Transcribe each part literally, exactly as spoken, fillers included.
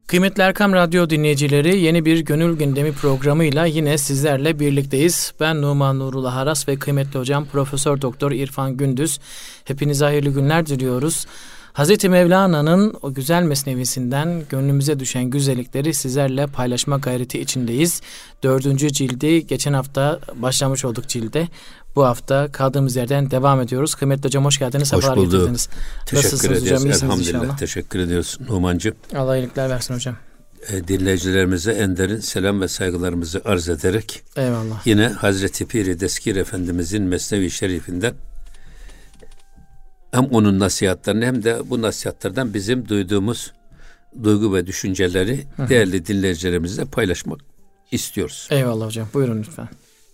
Kıymetli Erkam Radyo dinleyicileri, yeni bir Gönül Gündemi programıyla yine sizlerle birlikteyiz. Ben Numan Nurullah Aras ve kıymetli hocam Profesör Doktor İrfan Gündüz. Hepinize hayırlı günler diliyoruz. Hazreti Mevlana'nın o güzel mesnevisinden gönlümüze düşen güzellikleri sizlerle paylaşma gayreti içindeyiz. Dördüncü cildi geçen hafta başlamış olduk cilde. Bu hafta kaldığımız yerden devam ediyoruz. Kıymetli hocam hoş geldiniz. Hoş bulduk. Getirdiniz. Teşekkür ederiz. Elhamdülillah. İnşallah. Teşekkür ediyoruz Numancığım. Allah iyilikler versin hocam. E, dinleyicilerimize en derin selam ve saygılarımızı arz ederek eyvallah. Yine Hazreti Pir-i Deskir Efendimizin Mesnevi Şerifinden hem onun nasihatlerini hem de bu nasihatlerden bizim duyduğumuz duygu ve düşünceleri Hı-hı. değerli dinleyicilerimizle paylaşmak istiyoruz. Eyvallah hocam. Buyurun lütfen.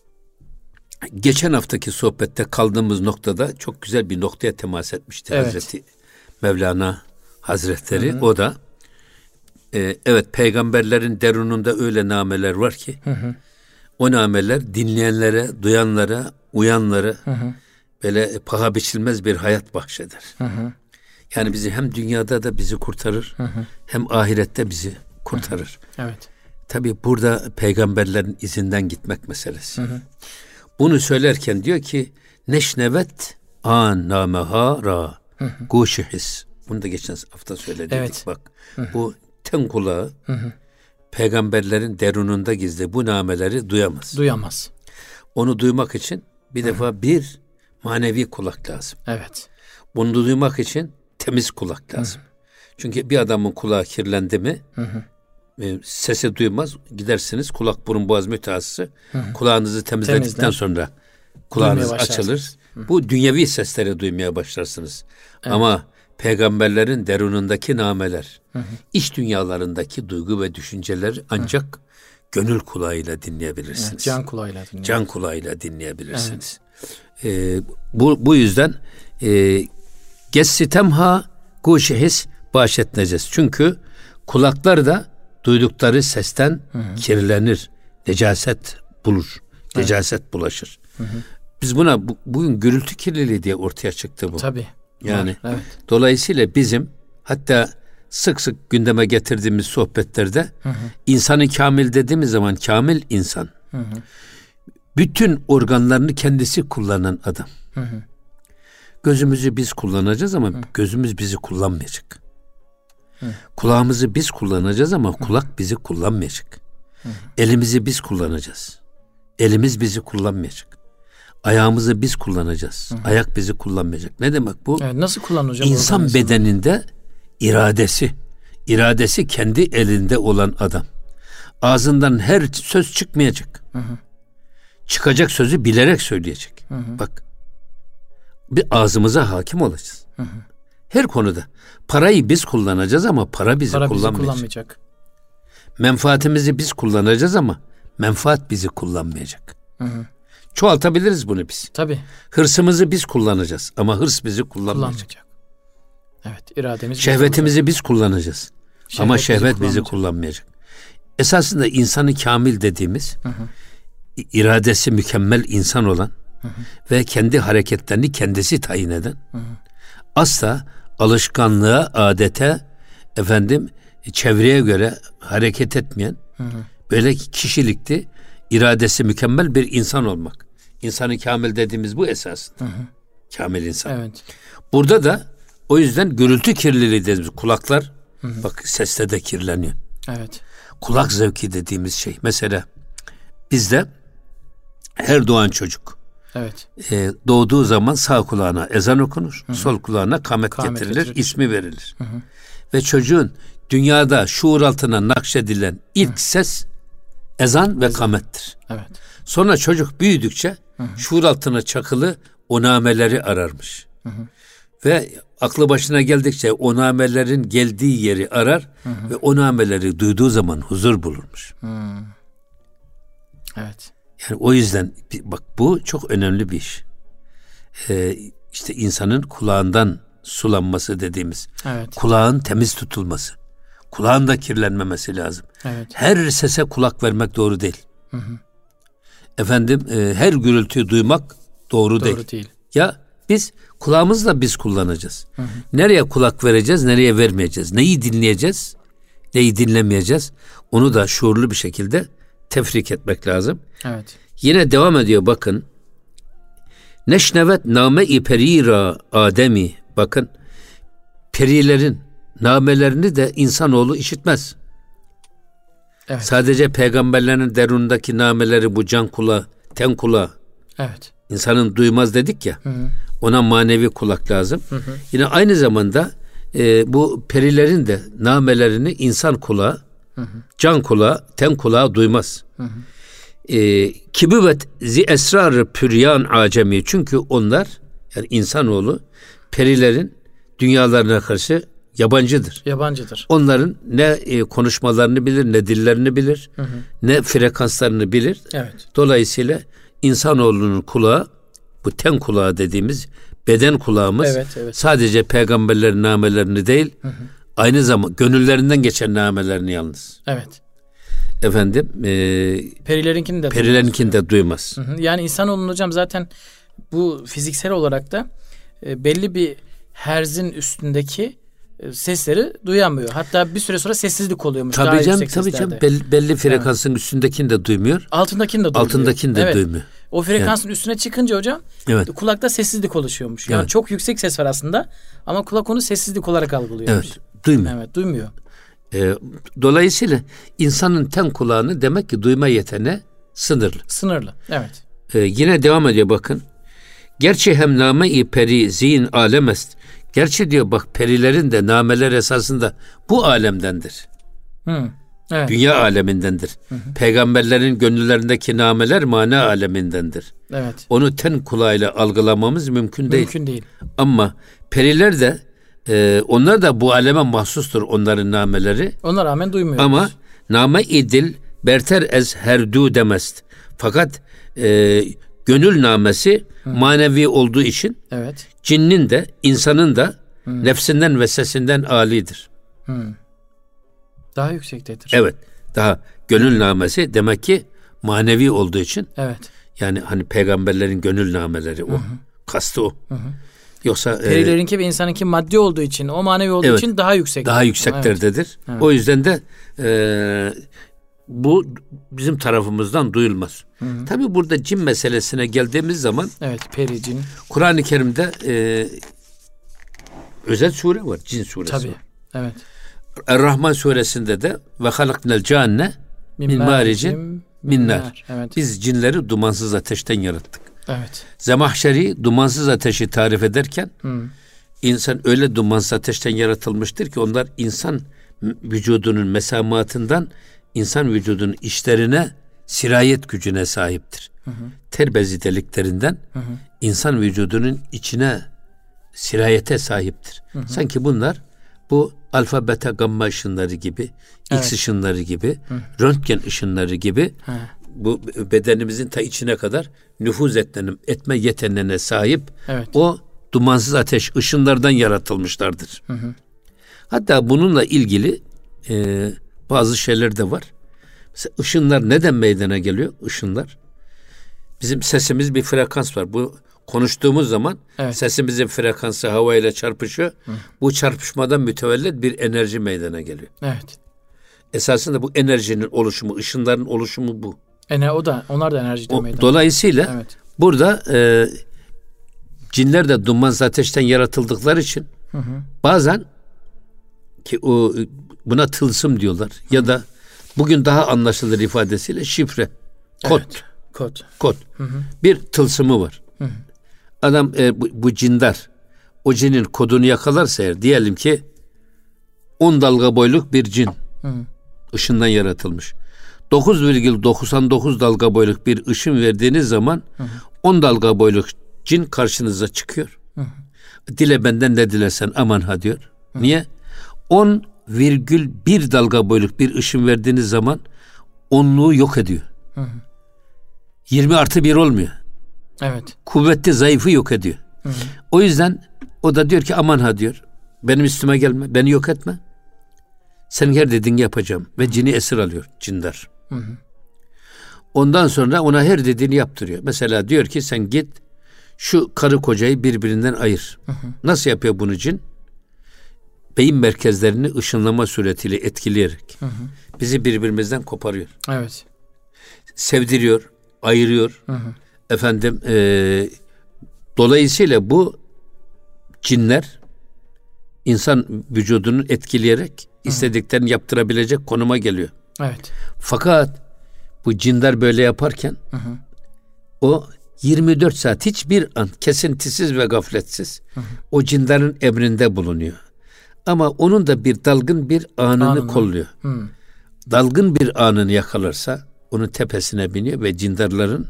Geçen haftaki sohbette kaldığımız noktada çok güzel bir noktaya temas etmişti evet. Hazreti Mevlana Hazretleri. Hı hı. O da e, evet peygamberlerin derununda öyle nameler var ki hı hı. o nameler dinleyenlere, duyanlara, uyanlara hı hı. böyle paha biçilmez bir hayat bahşeder. Hı hı. Yani bizi hem dünyada da bizi kurtarır hı hı. hem ahirette bizi kurtarır. Hı hı. Evet. Tabii burada peygamberlerin izinden gitmek meselesi. Hı hı. Bunu söylerken diyor ki neşnevet an namehara guşihis. Bunu da geçen hafta söyledik. Evet. Bak hı-hı. bu ten kulağı hı-hı. peygamberlerin derununda gizli bu nameleri duyamaz. Duyamaz. Onu duymak için bir hı-hı. defa bir manevi kulak lazım. Evet. Bunu duymak için temiz kulak lazım. Hı-hı. Çünkü bir adamın kulağı kirlendi mi hı-hı. sesi duymaz. Gidersiniz kulak burun boğaz mütehassısı. Hı-hı. Kulağınızı temizledikten Temizden. sonra kulağınız açılır. Hı-hı. Bu dünyevi sesleri duymaya başlarsınız. Evet. Ama peygamberlerin derunundaki nameler, Hı-hı. iç dünyalarındaki duygu ve düşünceler ancak Hı-hı. gönül kulağıyla dinleyebilirsiniz. Evet, can kulağıyla dinleyebilirsiniz. Can kulağıyla dinleyebilirsiniz. Evet. Ee, bu, bu yüzden e, gessitemha guşihis bahşetnecez. Çünkü kulaklar da duydukları sesten hı hı. kirlenir, necaset bulur, necaset evet. bulaşır. Hı hı. Biz buna bu, bugün gürültü kirliliği diye ortaya çıktı bu. Tabii. Yani evet. dolayısıyla bizim hatta sık sık gündeme getirdiğimiz sohbetlerde hı hı. insanı kamil dediğimiz zaman kamil insan. Hı hı. Bütün organlarını kendisi kullanan adam. Hı hı. Gözümüzü biz kullanacağız ama hı. gözümüz bizi kullanmayacak. Hı. Kulağımızı biz kullanacağız ama Hı. kulak bizi kullanmayacak. Hı. Elimizi biz kullanacağız. Elimiz bizi kullanmayacak. Ayağımızı biz kullanacağız. Hı. Ayak bizi kullanmayacak. Ne demek bu? Evet, nasıl kullanacağım? İnsan bedeninde iradesi, iradesi kendi elinde olan adam. Ağzından her söz çıkmayacak. Hı hı. Çıkacak sözü bilerek söyleyecek. Hı hı. Bak, bir ağzımıza hakim olacağız. Hı hı. Her konuda. Parayı biz kullanacağız ama para bizi para kullanmayacak. Bizi kullanmayacak. Menfaatimizi biz kullanacağız ama menfaat bizi kullanmayacak. Hı hı. Çoğaltabiliriz bunu biz. Tabii. Hırsımızı biz kullanacağız ama hırs bizi kullanmayacak. kullanmayacak. Evet, irademiz. Şehvetimizi biz kullanacağız. Şehvet ama şehvet bizi kullanmayacak. Esasında insanı kamil dediğimiz, hı hı. iradesi mükemmel insan olan hı hı. ve kendi hareketlerini kendisi tayin eden, hı hı. asla alışkanlığa, adete, efendim çevreye göre hareket etmeyen, hı hı. böyle kişilikti, iradesi mükemmel bir insan olmak. İnsanı kamil dediğimiz bu esasında. Hı hı. Kamil insan. Evet. Burada da o yüzden gürültü kirliliği dediğimiz kulaklar, hı hı. bak sesle de kirleniyor. Evet. Kulak zevki dediğimiz şey. Mesela bizde her doğan çocuk evet. e, doğduğu zaman sağ kulağına ezan okunur, hı hı. sol kulağına kamet, kamet getirilir, getirilir, ismi verilir. Hı hı. Ve çocuğun dünyada şuur altına nakşedilen ilk hı. ses ezan ve ezan. kamettir. Evet. Sonra çocuk büyüdükçe hı hı. şuur altına çakılı o nameleri ararmış. Hı hı. Ve aklı başına geldikçe o namelerin geldiği yeri arar hı hı. ve o nameleri duyduğu zaman huzur bulurmuş. Hı. Evet. Yani o yüzden bak bu çok önemli bir iş. Ee, işte insanın kulağından sulanması dediğimiz, evet. kulağın temiz tutulması, kulağın da kirlenmemesi lazım. Evet. Her sese kulak vermek doğru değil. Hı hı. Efendim e, her gürültüyü duymak doğru, doğru değil. değil. Ya biz kulağımızla biz kullanacağız. Hı hı. Nereye kulak vereceğiz, nereye vermeyeceğiz? Neyi dinleyeceğiz? neyi dinlemeyeceğiz? Onu da şuurlu bir şekilde tefrik etmek lazım. Evet. Yine devam ediyor bakın. Neşnevet name-i perira Ademi. Bakın, perilerin namelerini de insanoğlu işitmez. Evet. Sadece peygamberlerin derunundaki nameleri bu can kulağı, ten kulağı. Evet. İnsanın duymaz dedik ya. Hı hı. Ona manevi kulak lazım. Hı hı. Yine aynı zamanda e, bu perilerin de namelerini insan kulağı, hı hı. can kulağı, ten kulağı duymaz. Hı hı. E, Kibüvet zi esrar püryan acemi. Çünkü onlar, yani insanoğlu, perilerin dünyalarına karşı yabancıdır. Yabancıdır. Onların ne e, konuşmalarını bilir, ne dillerini bilir, hı hı. ne frekanslarını bilir. Evet. Dolayısıyla insanoğlunun kulağı, bu ten kulağı dediğimiz beden kulağımız, evet, evet. sadece peygamberlerin namelerini değil, hı hı. aynı zamanda gönüllerinden geçen namelerini yalnız. Evet. Efendim, e, perilerinkini de perilerinkini de duymaz. Hı hı. Yani insanoğlunun hocam zaten bu fiziksel olarak da e, belli bir herzin üstündeki e, sesleri duyamıyor. Hatta bir süre sonra sessizlik oluyormuş. Tabii canım, tabii canım. Belli, belli frekansın evet. üstündekini de duymuyor. Altındakini de duymuyor. Altındakini de evet. duymuyor. O frekansın evet. üstüne çıkınca hocam evet. kulakta sessizlik oluşuyormuş. Yani evet. çok yüksek ses var aslında ama kulak onu sessizlik olarak algılıyormuş. Evet. Duymuyor. Evet, duymuyor. E, dolayısıyla insanın ten kulağını demek ki duyma yeteneği sınırlı. Sınırlı. Evet. E, yine devam ediyor bakın. Gerçi hem name-i peri zihin alemest. Gerçi diyor bak, perilerin de nameler esasında bu alemdendir. Hı. Evet. Dünya alemindendir. Hı hı. Peygamberlerin gönüllerindeki nameler mana alemindendir. Evet. Onu ten kulağıyla algılamamız mümkün değil. Mümkün değil. Ama periler de e, onlar da bu aleme mahsustur, onların nameleri. Ona rağmen duymuyoruz. Ama name-i dil berter ez herdu demest. Fakat e, gönül namesi hı. manevi olduğu için evet. cinnin de insanın da hı. nefsinden ve sesinden âlidir. Hı. Daha yüksektedir. Evet. Daha gönül namesi demek ki manevi olduğu için. Evet. Yani hani peygamberlerin gönül nameleri o. Hı hı. Kastı o. Hı hı. Yoksa perilerinki e, ve insanınki maddi olduğu için, o manevi olduğu evet, için daha yüksek. Daha yükseklerdedir. Evet. O yüzden de e, bu bizim tarafımızdan duyulmaz. Hı hı. Tabii burada cin meselesine geldiğimiz zaman evet, peri, cin. Kur'an-ı Kerim'de e, özel sure var. Cin suresi Tabii. var. Evet. Er-Rahman suresinde de ve halaknel canne min maricin min nar. Evet. Biz cinleri dumansız ateşten yarattık. Evet. Zemahşeri dumansız ateşi tarif ederken Hı. insan öyle dumansız ateşten yaratılmıştır ki onlar insan vücudunun mesamatından insan vücudunun işlerine sirayet gücüne sahiptir. Hı hı. Ter bezi deliklerinden hı hı. insan vücudunun içine sirayete sahiptir. Hı hı. Sanki bunlar bu alfa beta gamma ışınları gibi, evet. X ışınları gibi, hı. röntgen ışınları gibi hı. bu bedenimizin ta içine kadar nüfuz etme, etme yeteneğine sahip evet. o dumansız ateş ışınlardan yaratılmışlardır. Hı hı. Hatta bununla ilgili e, bazı şeyler de var. Mesela ışınlar neden meydana geliyor? Işınlar. Bizim sesimiz bir frekans var. Bu konuştuğumuz zaman evet. sesimizin frekansı havayla çarpışıyor. Hı. Bu çarpışmadan mütevellit bir enerji meydana geliyor. Evet. Esasında bu enerjinin oluşumu, ışınların oluşumu bu. Ener, o da, onlar da enerjiden meydana. Dolayısıyla evet. burada e, cinler de dumansız ateşten yaratıldıkları için hı hı. bazen ki o buna tılsım diyorlar hı. ya da bugün daha anlaşılır ifadesiyle şifre, kod. Evet. Kod. Kod. Hı hı. Bir tılsımı var. Hı hı. Adam e, bu, bu cindar o cinin kodunu yakalarsa eğer, diyelim ki on dalga boyluk bir cin hı hı. ışından yaratılmış. dokuz virgül doksan dokuz dalga boyluk bir ışın verdiğiniz zaman hı hı. on dalga boyluk cin karşınıza çıkıyor. Hı hı. Dile benden ne dilersen aman ha diyor. Hı hı. Niye? on virgül bir dalga boyluk bir ışın verdiğiniz zaman onluğu yok ediyor. Hı hı. yirmi artı bir olmuyor. Evet. Kuvvetli zayıfı yok ediyor. Hı hı. O yüzden o da diyor ki aman ha diyor. Benim üstüme gelme. Beni yok etme. Senin her dediğini yapacağım. Ve cini esir alıyor cindar. Hı hı. Ondan sonra ona her dediğini yaptırıyor. Mesela diyor ki sen git şu karı kocayı birbirinden ayır. Hı hı. Nasıl yapıyor bunu cin? beyin merkezlerini ışınlama suretiyle etkileyerek hı hı. bizi birbirimizden koparıyor. Evet. Sevdiriyor, ayırıyor. Hı hı. Efendim e, dolayısıyla bu cinler insan vücudunu etkileyerek hı hı. istediklerini yaptırabilecek konuma geliyor. Evet. Fakat bu cinler böyle yaparken hı hı. o yirmi dört saat hiçbir an kesintisiz ve gafletsiz hı hı. o cinlerin emrinde bulunuyor. Ama onun da bir dalgın bir anını Anını. kolluyor. Hı. Dalgın bir anını yakalarsa onun tepesine biniyor ve cindarların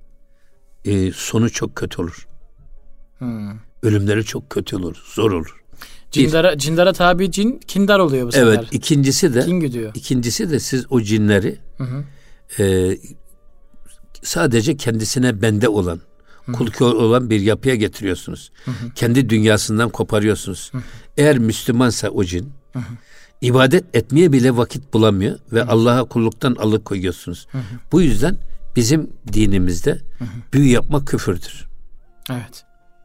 e, sonu çok kötü olur. Hı. Ölümleri çok kötü olur, zor olur. Cindara, bir, cindara tabi cin kindar oluyor bu sefer. Evet, ikincisi de kin gidiyor. İkincisi de siz o cinleri hı hı. E, sadece kendisine bende olan, hı hı. kul kör olan bir yapıya getiriyorsunuz. Hı hı. Kendi dünyasından koparıyorsunuz. Hı hı. Eğer Müslümansa o cin, hı hı. ibadet etmeye bile vakit bulamıyor ve Allah'a kulluktan alıkoyuyorsunuz. Hı hı. Bu yüzden bizim dinimizde hı hı. büyü yapmak küfürdür. Evet.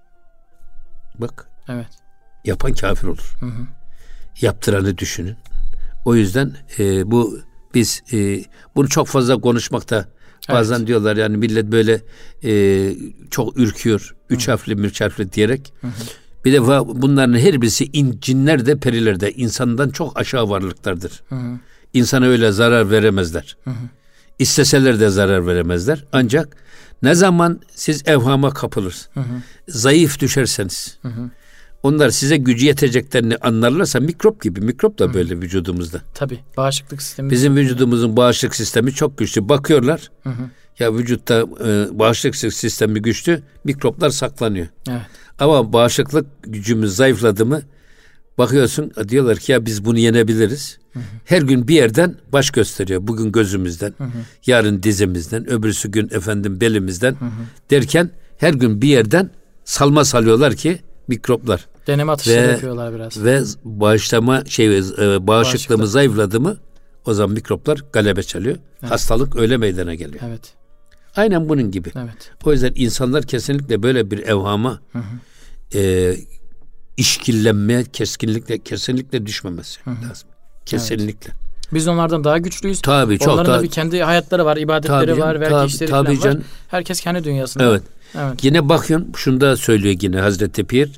Bak. Evet. Yapan kafir olur. Hı hı. Yaptıranı düşünün. O yüzden e, bu biz e, bunu çok fazla konuşmakta bazen evet. diyorlar yani millet böyle e, çok ürküyor. Üç hı. harfli, üç harfli diyerek. Hı hı. Bir de bunların her birisi in, cinler de periler de insandan çok aşağı varlıklardır. Hı hı. İnsana öyle zarar veremezler. Hı hı. İsteseler de zarar veremezler. Ancak ne zaman siz evhama kapılır, hı hı. zayıf düşerseniz, hı hı. onlar size gücü yeteceklerini anlarlarsa mikrop gibi. Mikrop da hı. böyle vücudumuzda. Tabii. Bağışıklık sistemi. Bizim vücudumuzun bağışıklık sistemi çok güçlü. Bakıyorlar. Hı hı. Ya vücutta e, bağışıklık sistemi güçlü. Mikroplar saklanıyor. Evet. Ama bağışıklık gücümüz zayıfladı mı bakıyorsun diyorlar ki ya biz bunu yenebiliriz. Hı hı. Her gün bir yerden baş gösteriyor. Bugün gözümüzden, hı hı. yarın dizimizden, öbürsü gün efendim belimizden hı hı. derken her gün bir yerden salma salıyorlar ki mikroplar. Deneme atışları yapıyorlar biraz. Ve bağışlama şey e, bağışıklığımız Bağışıklık. zayıfladı mı o zaman mikroplar galebe çalıyor. Evet. Hastalık öyle meydana geliyor. Evet. Aynen bunun gibi. Evet. O yüzden insanlar kesinlikle böyle bir evhama hı hı. E, işkillenmeye kesinlikle kesinlikle düşmemesi hı hı. lazım. Kesinlikle. Evet. Biz onlardan daha güçlüyüz. Tabii çok Onların daha, da bir kendi hayatları var, ibadetleri tabii, var, belki tabii, işleri tabii falan can. var. Herkes kendi dünyasında. Evet. evet. Yine bakın şunu da söylüyor yine Hazreti Pir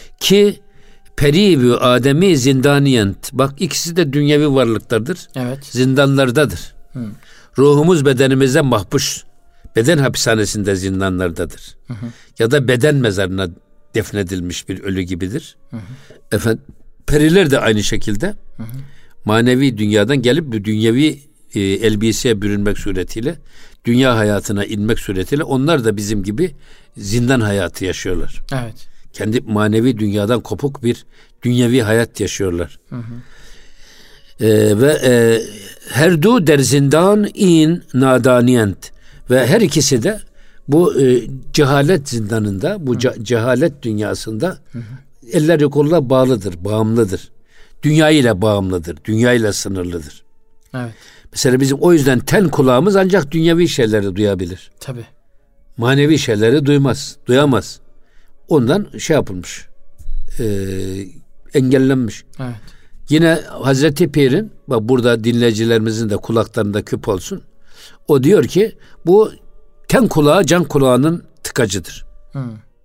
ki peribü ademi zindaniyent. Bak ikisi de dünyevi varlıklardır. Evet. Zindanlardadır. Hı. Ruhumuz bedenimize mahpus. Beden hapishanesinde zindanlardadır. Hı hı. Ya da beden mezarına defnedilmiş bir ölü gibidir. Hı hı. Efendim, periler de aynı şekilde hı hı. manevi dünyadan gelip bu dünyevi e, elbiseye bürünmek suretiyle dünya hayatına inmek suretiyle onlar da bizim gibi zindan hayatı yaşıyorlar. Evet. Kendi manevi dünyadan kopuk bir dünyevi hayat yaşıyorlar. Hı hı. E, ve e, her du der zindan in nadaniyent ve her ikisi de bu e, cehalet zindanında, bu ce- cehalet dünyasında hı hı. elleri kollar bağlıdır, bağımlıdır. Dünyayla bağımlıdır, dünyayla sınırlıdır. Evet. Mesela bizim o yüzden ten kulağımız ancak dünyevi şeyleri duyabilir. Tabii. Manevi şeyleri duymaz, duyamaz. Ondan şey yapılmış, e, engellenmiş. Evet. Yine Hazreti Pir'in, bak burada dinleyicilerimizin de kulaklarında küp olsun. O diyor ki bu ten kulağı can kulağının tıkacıdır. Hı.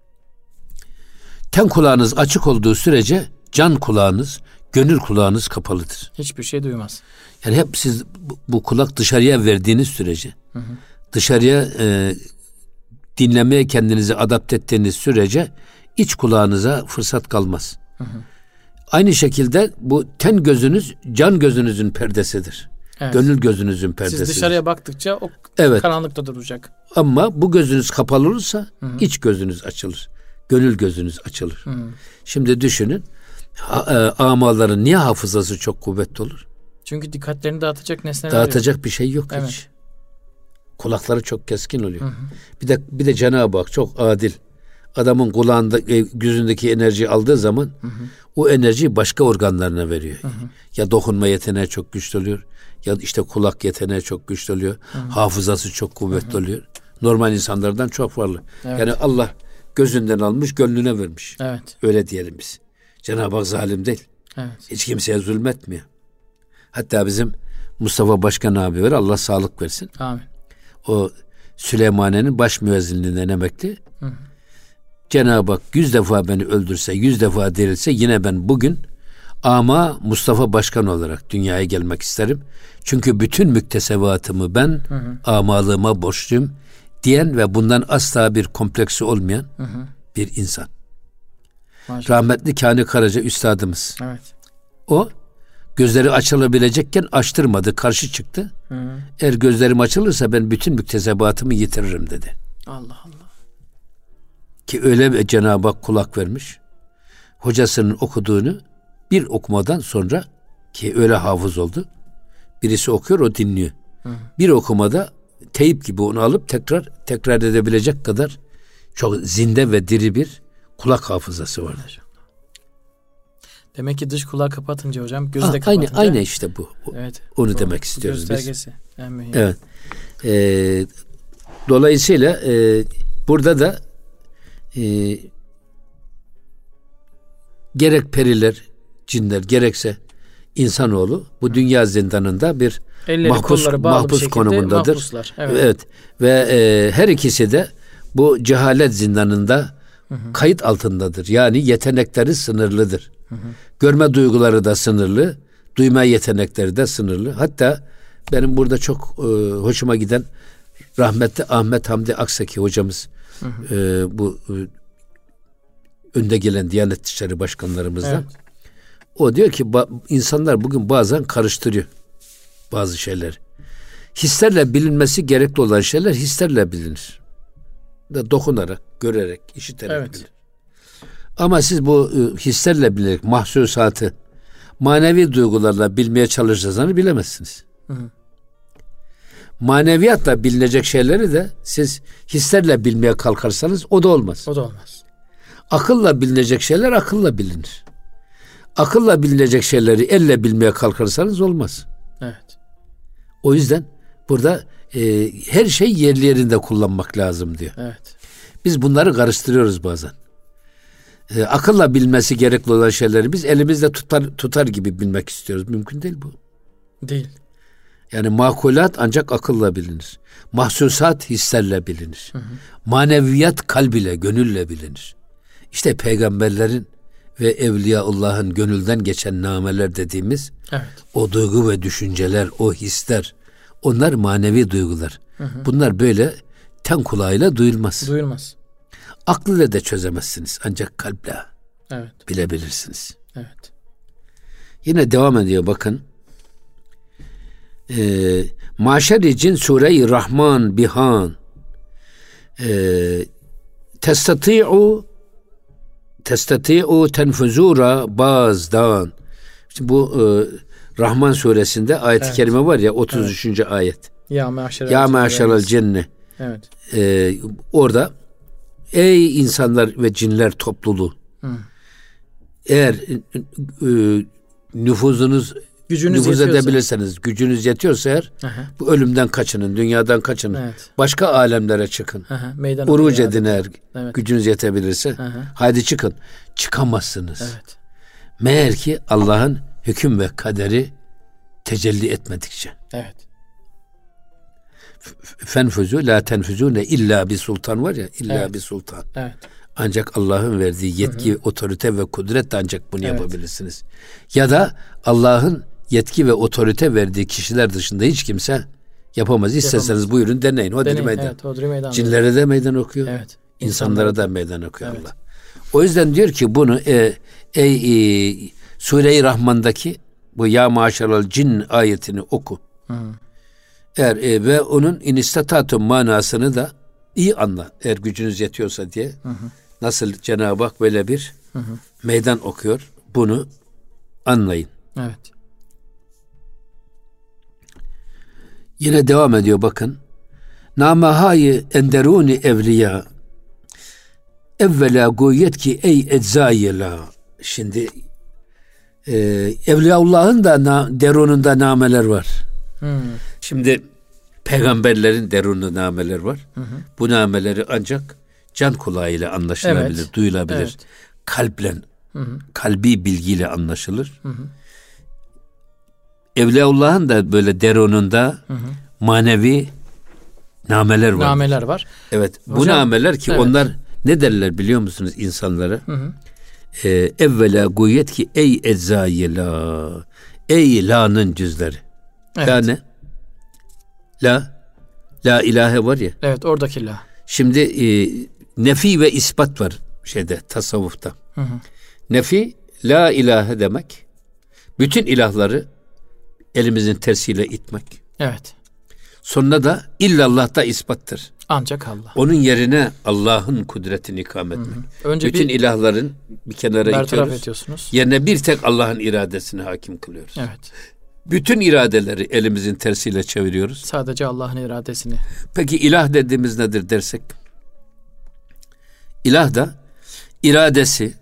Ten kulağınız açık olduğu sürece can kulağınız, gönül kulağınız kapalıdır. Hiçbir şey duymaz. Yani hep siz bu, bu kulak dışarıya verdiğiniz sürece, hı hı. dışarıya e, dinlemeye kendinizi adapte ettiğiniz sürece iç kulağınıza fırsat kalmaz. Hı hı. Aynı şekilde bu ten gözünüz can gözünüzün perdesidir. Evet. Gönül gözünüzün perdesidir. Siz dışarıya baktıkça o evet. karanlıkta duracak. Ama bu gözünüz kapalı olursa hı hı. iç gözünüz açılır. Gönül gözünüz açılır. Hı hı. Şimdi düşünün ha, e, amaların niye hafızası çok kuvvetli olur? Çünkü dikkatlerini dağıtacak nesneler Dağıtacak yok. bir şey yok evet. hiç. Kulakları çok keskin oluyor. Hı hı. Bir de bir de Cenab-ı Hak çok adil. Adamın kulağında e, gözündeki enerjiyi aldığı zaman hı hı. o enerjiyi başka organlarına veriyor. Hı hı. Ya dokunma yeteneği çok güçlü oluyor. Ya işte kulak yeteneği çok güçlü oluyor. Hı hı. Hafızası çok kuvvetli hı hı. oluyor. Normal insanlardan çok farklı. Evet. Yani Allah gözünden almış, gönlüne vermiş. Evet. Öyle diyelim biz. Cenab-ı Hak zalim değil. Evet. Hiç kimseye zulmetmiyor. Hatta bizim Mustafa Başkan abi var, Allah sağlık versin. Amin. O Süleymaniye'nin baş müezzinliğinden emekli. Hı hı. Cenab-ı Hak yüz defa beni öldürse, yüz defa dirilse yine ben bugün ama Mustafa Başkan olarak dünyaya gelmek isterim. Çünkü bütün müktesebatımı ben hı hı. amalığıma borçluyum diyen ve bundan asla bir kompleksi olmayan hı hı. bir insan. Maşallah. Rahmetli Kani Karaca üstadımız. Evet. O gözleri açılabilecekken açtırmadı, karşı çıktı. Hı hı. Eğer gözlerim açılırsa ben bütün müktesebatımı yitiririm dedi. Allah Allah. Ki öyle bir Cenab-ı Hak kulak vermiş. Hocasının okuduğunu bir okumadan sonra, ki öyle hafız oldu. Birisi okuyor, o dinliyor. Hı. Bir okumada teyip gibi onu alıp tekrar tekrar edebilecek kadar çok zinde ve diri bir kulak hafızası vardır. Demek ki dış kulağı kapatınca hocam, gözü de aynı, kapatınca. Aynı işte bu. Evet. Onu bu, demek istiyoruz göstergesi. biz. En mühim. Evet. Ee, dolayısıyla e, burada da e, gerek periler, cinler, gerekse insanoğlu bu dünya zindanında bir elleri, mahpus, mahpus konumundadır. Mahpuslar. Evet. Evet. Ve e, her ikisi de bu cehalet zindanında hı hı. kayıt altındadır. Yani yetenekleri sınırlıdır. Hı hı. Görme duyguları da sınırlı, duyma yetenekleri de sınırlı. Hatta benim burada çok e, hoşuma giden rahmetli Ahmet Hamdi Aksaki hocamız, hı hı. E, bu e, önde gelen Diyanet İşleri Başkanlarımızdan. Evet. O diyor ki ba- insanlar bugün bazen karıştırıyor bazı şeyleri. Hislerle bilinmesi gerekli olan şeyler hislerle bilinir. Da dokunarak, görerek, işiterek evet. bilinir. Ama siz bu e, hislerle bilerek mahsusatı manevi duygularla bilmeye çalışırsanız bilemezsiniz. Hı hı. Maneviyatla bilinecek şeyleri de siz hislerle bilmeye kalkarsanız o da olmaz. O da olmaz. Akılla bilinecek şeyler akılla bilinir. Akılla bilinecek şeyleri elle bilmeye kalkarsanız olmaz. Evet. O yüzden burada e, her şey yerli yerinde kullanmak lazım diyor. Evet. Biz bunları karıştırıyoruz bazen. E, akılla bilmesi gerekli olan şeyleri biz elimizde tutar tutar gibi bilmek istiyoruz. Mümkün değil bu. Değil. Yani makulat ancak akılla bilinir. Mahsusat hislerle bilinir. Hı hı. Maneviyat kalb ile, gönülle bilinir. İşte peygamberlerin ve Evliyaullah'ın gönülden geçen nameler dediğimiz evet. o duygu ve düşünceler, o hisler, onlar manevi duygular. Hı hı. Bunlar böyle ten kulağıyla duyulmaz. Duyulmaz. Aklıyla da çözemezsiniz. Ancak kalple evet. bilebilirsiniz. Evet. Yine devam ediyor bakın. Ee, Maşer-i Cin Sure-i Rahman Bihan ee, Testati'u Testati'u tenfuzura bazdan. Şimdi bu e, Rahman suresinde ayet-i evet. kerime var ya otuz üçüncü Evet. ayet. Ya maşerel Ya maşerel cinni. Evet. Ee, orada ey insanlar ve cinler topluluğu. Hı. Eğer e, nüfuzunuz Gücünüz nüfuz edebilirseniz, gücünüz yetiyorsa eğer aha. bu ölümden kaçının, dünyadan kaçının. Evet. Başka alemlere çıkın. Uruc edin eğer evet. gücünüz yetebilirse. Aha. Haydi çıkın. Çıkamazsınız. Evet. Meğer ki Allah'ın hüküm ve kaderi tecelli etmedikçe. Evet. Fenfüzü la tenfüzü ne illa bir sultan var ya, illa evet. bir sultan. Evet. Ancak Allah'ın verdiği yetki, hı hı. otorite ve kudretle ancak bunu evet. yapabilirsiniz. Ya da Allah'ın yetki ve otorite verdiği kişiler dışında hiç kimse yapamaz. İsterseniz yapamaz. Buyurun deneyin. Hodri deneyin, meydan. Evet, hodri meydan. Cinlere de meydan okuyor. Evet. İnsanlara da meydan okuyor evet. Allah. O yüzden diyor ki bunu e, ey e, Sure-i Rahman'daki bu ya maşeral cin ayetini oku. Hı. Eğer e, ve onun inistatatun manasını da iyi anla. Eğer gücünüz yetiyorsa diye. Hı hı. Nasıl Cenab-ı Hak böyle bir hı hı. meydan okuyor. Bunu anlayın. Evet. Yine devam ediyor bakın. Namahayı enderuni evliya evvela goyet ki ey eczayela. Şimdi e, Evliyaullah'ın da na, derununda nameler var. Hmm. Şimdi peygamberlerin derununda nameler var. Hı hı. Bu nameleri ancak can kulağıyla anlaşılabilir, evet. duyulabilir. Evet. Kalple Hı hı. Kalbi bilgiyle anlaşılır. Hı hı. Evliyaullah'ın da böyle deronunda hı hı. manevi nameler var. Nameler var. Evet. Hocam, bu nameler ki evet. onlar ne derler biliyor musunuz insanlara? Hı hı. Ee, evvela guyet ki ey eczayi la. Ey la'nın cüzleri. Evet. La ne? La. La ilahe var ya. Evet, oradaki la. Şimdi e, nefi ve ispat var şeyde, tasavvufta. Hı hı. Nefi, la ilahe demek. Bütün ilahları elimizin tersiyle itmek. Evet. Sonra da illallah'ta ispattır. Ancak Allah. Onun yerine Allah'ın kudretini ikame etmek. Hı hı. Önce bütün bir ilahların bir kenara itiyoruz. ediyorsunuz. Yerine bir tek Allah'ın iradesini hakim kılıyoruz. Evet. Bütün iradeleri elimizin tersiyle çeviriyoruz. Sadece Allah'ın iradesini. Peki ilah dediğimiz nedir dersek? İlah da iradesi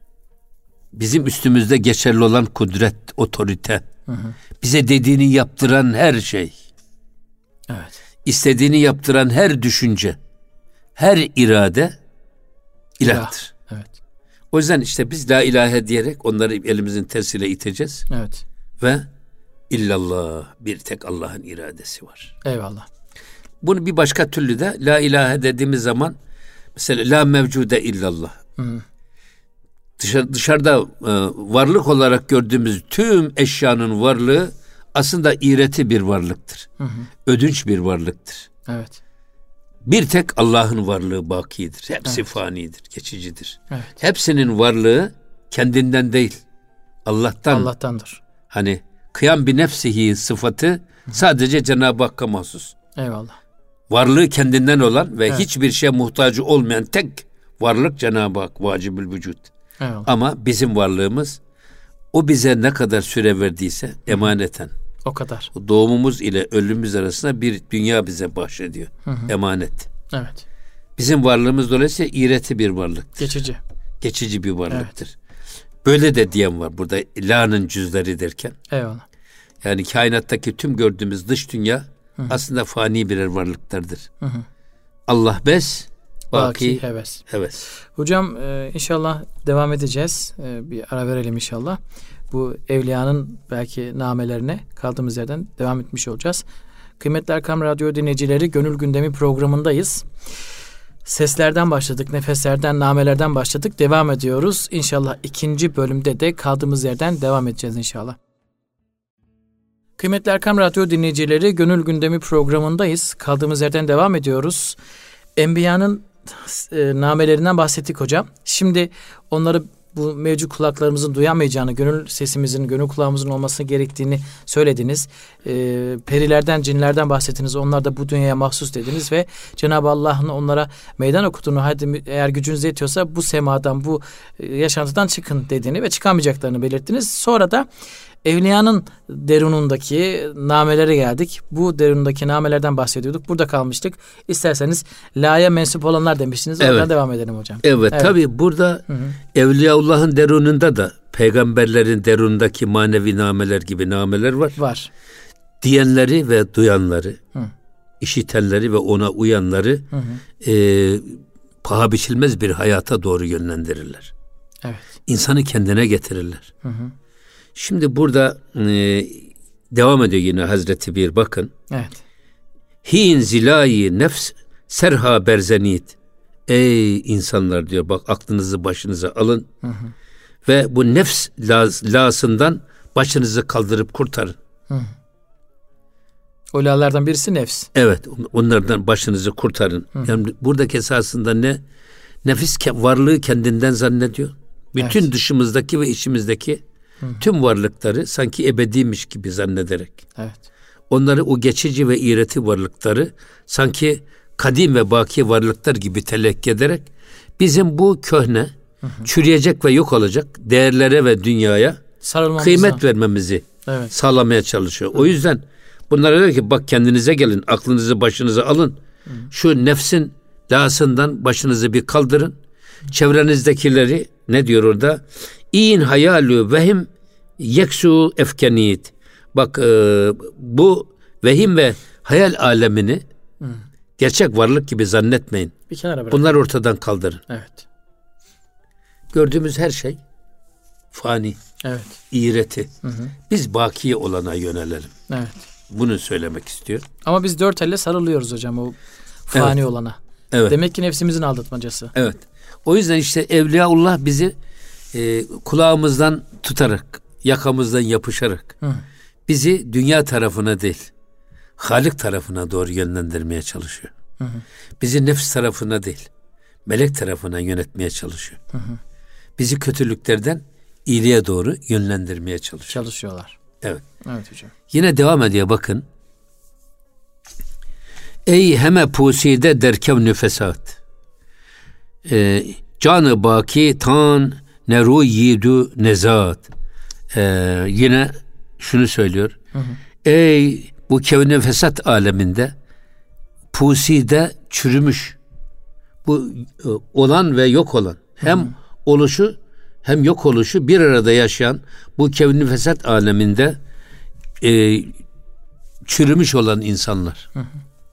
bizim üstümüzde geçerli olan kudret, otorite, hı hı. bize dediğini yaptıran her şey. Evet. İstediğini yaptıran her düşünce, her irade ilahtır. İlah. Evet. O yüzden işte biz la ilahe diyerek onları elimizin tersiyle iteceğiz. Evet. Ve illallah, bir tek Allah'ın iradesi var. Eyvallah. Bunu bir başka türlü de la ilahe dediğimiz zaman mesela la mevcude illallah. Hı. Dışarı, dışarıda e, varlık olarak gördüğümüz tüm eşyanın varlığı aslında iğreti bir varlıktır. Hı hı. Ödünç bir varlıktır. Evet. Bir tek Allah'ın varlığı bakidir. Hepsi evet. fanidir, geçicidir. Evet. Hepsinin varlığı kendinden değil, Allah'tan. Allah'tandır. Hani kıyam bi nefsihi sıfatı hı. sadece Cenab-ı Hakk'a mahsus. Eyvallah. Varlığı kendinden olan ve evet. hiçbir şeye muhtacı olmayan tek varlık Cenab-ı Hak, vacibül vücud. Eyvallah. Ama bizim varlığımız o bize ne kadar süre verdiyse emaneten. O kadar. Doğumumuz ile ölümümüz arasında bir dünya bize bahşediyor. Hı hı. Emanet. Evet. Bizim varlığımız dolayısıyla iğreti bir varlıktır. Geçici. Geçici bir varlıktır. Evet. Böyle de diyen var burada la'nın cüzleri derken. Eyvallah. Yani kainattaki tüm gördüğümüz dış dünya hı hı. aslında fani birer varlıklardır. Hı hı. Allah bes, baki, baki heves. heves. Hocam e, inşallah devam edeceğiz. E, bir ara verelim inşallah. Bu evliyanın belki namelerine kaldığımız yerden devam etmiş olacağız. Kıymetli Erkam Radyo dinleyicileri, Gönül Gündemi programındayız. Seslerden başladık, nefeslerden, namelerden başladık. Devam ediyoruz. İnşallah ikinci bölümde de kaldığımız yerden devam edeceğiz inşallah. Kıymetli Erkam Radyo dinleyicileri, Gönül Gündemi programındayız. Kaldığımız yerden devam ediyoruz. Enbiya'nın e, namelerinden bahsettik hocam. Şimdi onları bu mevcut kulaklarımızın duyamayacağını, gönül sesimizin, gönül kulağımızın olması gerektiğini söylediniz. E, perilerden, cinlerden bahsettiniz. Onlar da bu dünyaya mahsus dediniz ve Cenab-ı Allah'ın onlara meydan okuduğunu, hadi eğer gücünüz yetiyorsa bu semadan, bu yaşantıdan çıkın dediğini ve çıkamayacaklarını belirttiniz. Sonra da evliyanın derunundaki namelere geldik. Bu derunundaki namelerden bahsediyorduk. Burada kalmıştık. İsterseniz la'ya mensup olanlar demiştiniz. Oradan evet. devam edelim hocam. Evet, evet. Tabii burada hı hı. Evliyaullah'ın derununda da peygamberlerin derunundaki manevi nameler gibi nameler var. Var. Diyenleri ve duyanları, hı. işitenleri ve ona uyanları hı hı. E, paha biçilmez bir hayata doğru yönlendirirler. Evet. İnsanı kendine getirirler. Hı hı. Şimdi burada e, devam ediyor yine Hazreti Bir, bakın. Evet. Hin zilayi nefs serha berzenit. Ey insanlar diyor, bak aklınızı başınıza alın. Hı hı. Ve bu nefs las, lasından başınızı kaldırıp kurtarın. Hı. O la'lardan birisi nefs. Evet, onlardan başınızı kurtarın. Hı. Yani buradaki esasında ne? Nefis varlığı kendinden zannediyor. Bütün evet. dışımızdaki ve içimizdeki Hı. tüm varlıkları sanki ebediymiş gibi zannederek. Evet. Onları, o geçici ve iğreti varlıkları sanki kadim ve baki varlıklar gibi telekki ederek bizim bu köhne, hı hı. çürüyecek ve yok olacak değerlere ve dünyaya kıymet vermemizi evet. sağlamaya çalışıyor. Hı. O yüzden bunlara diyor ki bak kendinize gelin, aklınızı başınıza alın. Hı. Şu nefsin lasından başınızı bir kaldırın. Hı. Çevrenizdekileri ne diyor orada? İn hayalü vehim yeksu efkeniyet. Bak e, bu vehim ve hayal alemini hmm. gerçek varlık gibi zannetmeyin. Bir kenara bırakın. Bunları ortadan kaldırın. Evet. Gördüğümüz her şey fani, evet. iğreti. Hı hı. Biz baki olana yönelelim. Evet. Bunu söylemek istiyorum. Ama biz dört elle sarılıyoruz hocam o fani Evet. olana. Evet. Demek ki nefsimizin aldatmacası. Evet. O yüzden işte Evliyaullah bizi e, kulağımızdan tutarak, yakamızdan yapışarak Hı. bizi dünya tarafına değil, Halik tarafına doğru yönlendirmeye çalışıyor. Hı hı. Bizi nefs tarafına değil, melek tarafına yönetmeye çalışıyor. Hı hı. Bizi kötülüklerden iyiliğe doğru yönlendirmeye çalışıyor. Çalışıyorlar. Evet. Evet hocam. Yine devam ediyor bakın. Ey heme puside derkev fesat. Ee, canı baki tan neru yidu nezat. Ee, yine şunu söylüyor. Hı hı. Ey bu kevne fesat aleminde puside çürümüş. Bu e, olan ve yok olan. Hem hı hı. oluşu hem yok oluşu bir arada yaşayan bu kevni fesat aleminde e, çürümüş olan insanlar. Hı hı.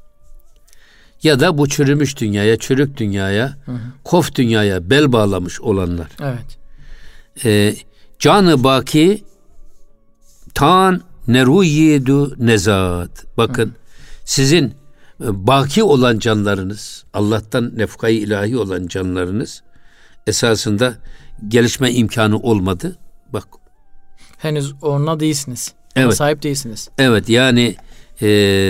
Ya da bu çürümüş dünyaya, çürük dünyaya, hı hı. kof dünyaya bel bağlamış olanlar. Evet. E, canı baki tan neruyidu nezat. Bakın hı. sizin e, baki olan canlarınız, Allah'tan nefkayı ilahi olan canlarınız esasında gelişme imkanı olmadı. Bak. Henüz ona değilsiniz. Ona evet. sahip değilsiniz. Evet yani e,